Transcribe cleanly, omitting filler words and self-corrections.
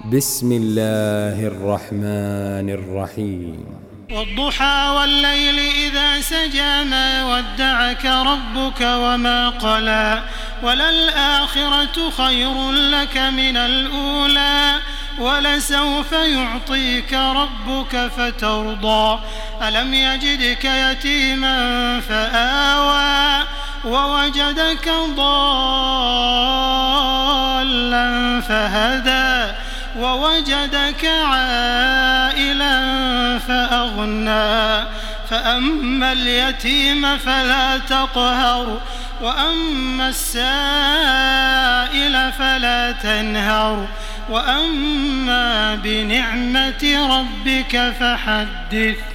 بسم الله الرحمن الرحيم والضحى والليل إذا سجى ما ودعك ربك وما قلى وللآخرة خير لك من الأولى ولسوف يعطيك ربك فترضى ألم يجدك يتيما فآوى ووجدك ضالا فهدى ووجدك عائلا فأغنى فأما اليتيم فلا تقهر وأما السائل فلا تنهر وأما بنعمة ربك فحدث.